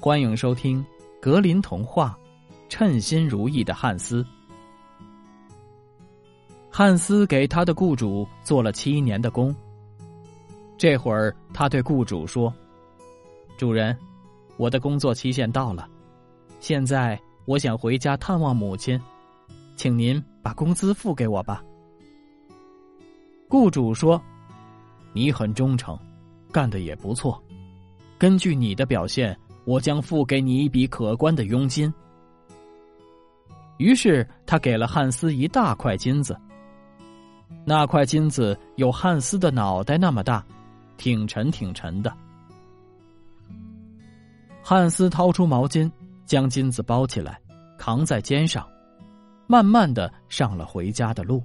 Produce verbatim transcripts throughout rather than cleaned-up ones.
欢迎收听格林童话《称心如意的汉斯》。汉斯给他的雇主做了七年的工。这会儿他对雇主说：主人，我的工作期限到了，现在我想回家探望母亲，请您把工资付给我吧。雇主说：你很忠诚，干得也不错，根据你的表现，我将付给你一笔可观的佣金。于是他给了汉斯一大块金子，那块金子有汉斯的脑袋那么大，挺沉挺沉的。汉斯掏出毛巾，将金子包起来，扛在肩上，慢慢地上了回家的路。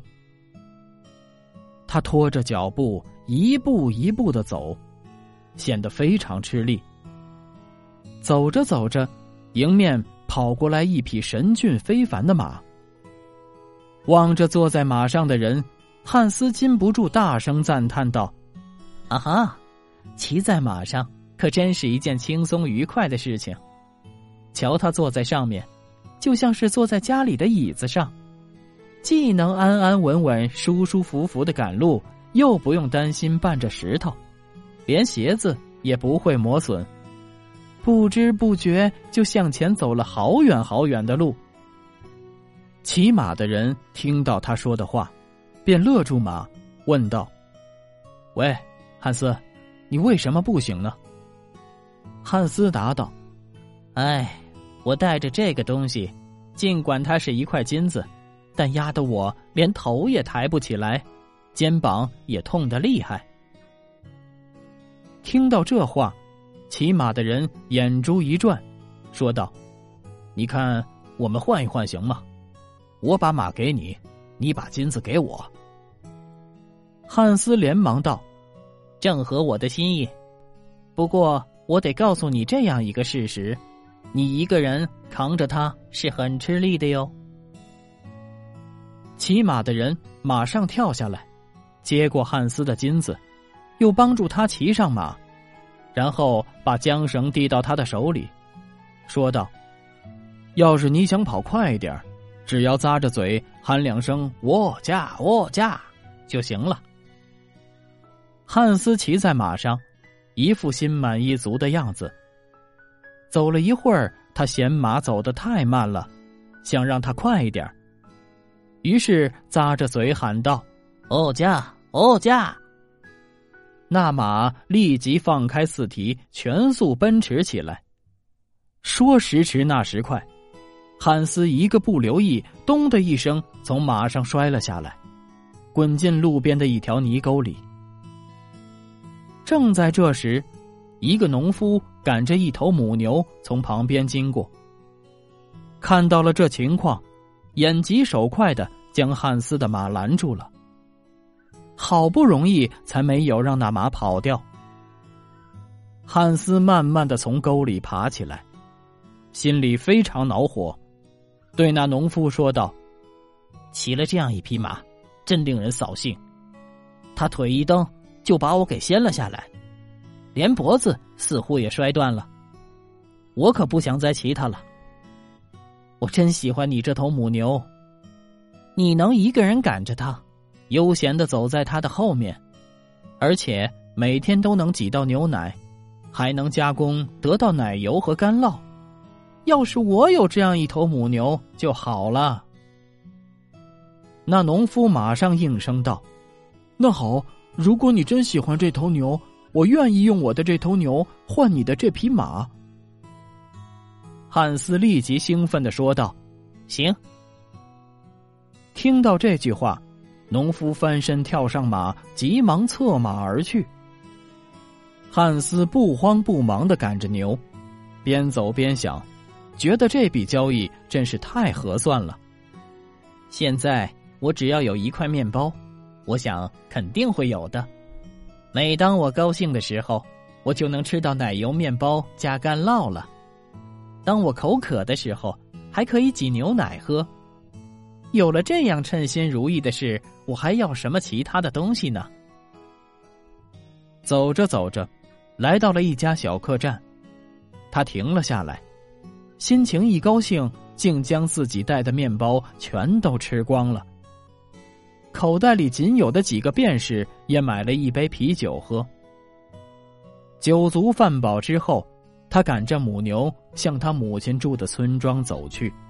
他拖着脚步，一步一步地走，显得非常吃力。走着走着，迎面跑过来一匹神骏非凡的马。望着坐在马上的人，汉斯禁不住大声赞叹道：啊哈，骑在马上可真是一件轻松愉快的事情。瞧他坐在上面，就像是坐在家里的椅子上，既能安安稳稳舒舒服服的赶路，又不用担心绊着石头，连鞋子也不会磨损，不知不觉就向前走了好远好远的路。骑马的人听到他说的话，便勒住马，问道：喂，汉斯，你为什么不行呢？汉斯答道：哎，我带着这个东西，尽管它是一块金子，但压得我连头也抬不起来，肩膀也痛得厉害。听到这话，骑马的人眼珠一转，说道：你看，我们换一换行吗？我把马给你，你把金子给我。汉斯连忙道：正合我的心意，不过我得告诉你这样一个事实，你一个人扛着它是很吃力的哟。骑马的人马上跳下来，接过汉斯的金子，又帮助他骑上马，然后把缰绳递到他的手里，说道：要是你想跑快一点，只要咂着嘴喊两声握驾握驾就行了。汉斯骑在马上，一副心满意足的样子。走了一会儿，他嫌马走得太慢了，想让他快一点，于是咂着嘴喊道：哦驾哦驾。那马立即放开四蹄，全速奔驰起来。说时迟那时快，汉斯一个不留意，咚的一声从马上摔了下来，滚进路边的一条泥沟里。正在这时，一个农夫赶着一头母牛从旁边经过，看到了这情况，眼疾手快的将汉斯的马拦住了，好不容易才没有让那马跑掉。汉斯慢慢的从沟里爬起来，心里非常恼火，对那农夫说道：骑了这样一匹马，真令人扫兴，他腿一蹬就把我给掀了下来，连脖子似乎也摔断了，我可不想再骑它了。我真喜欢你这头母牛，你能一个人赶着它，悠闲地走在它的后面，而且每天都能挤到牛奶，还能加工得到奶油和干酪。要是我有这样一头母牛就好了。那农夫马上应声道：那好，如果你真喜欢这头牛，我愿意用我的这头牛换你的这匹马。汉斯立即兴奋地说道：行。听到这句话，农夫翻身跳上马，急忙策马而去。汉斯不慌不忙地赶着牛，边走边想，觉得这笔交易真是太合算了。现在我只要有一块面包，我想肯定会有的。每当我高兴的时候，我就能吃到奶油面包加干酪了。当我口渴的时候，还可以挤牛奶喝。有了这样称心如意的事，我还要什么其他的东西呢？走着走着，来到了一家小客栈。 他停了下来，心情一高兴，竟将自己带的面包全都吃光了。口袋里仅有的几个便士也买了一杯啤酒喝。酒足饭饱之后，他赶着母牛向他母亲住的村庄走去。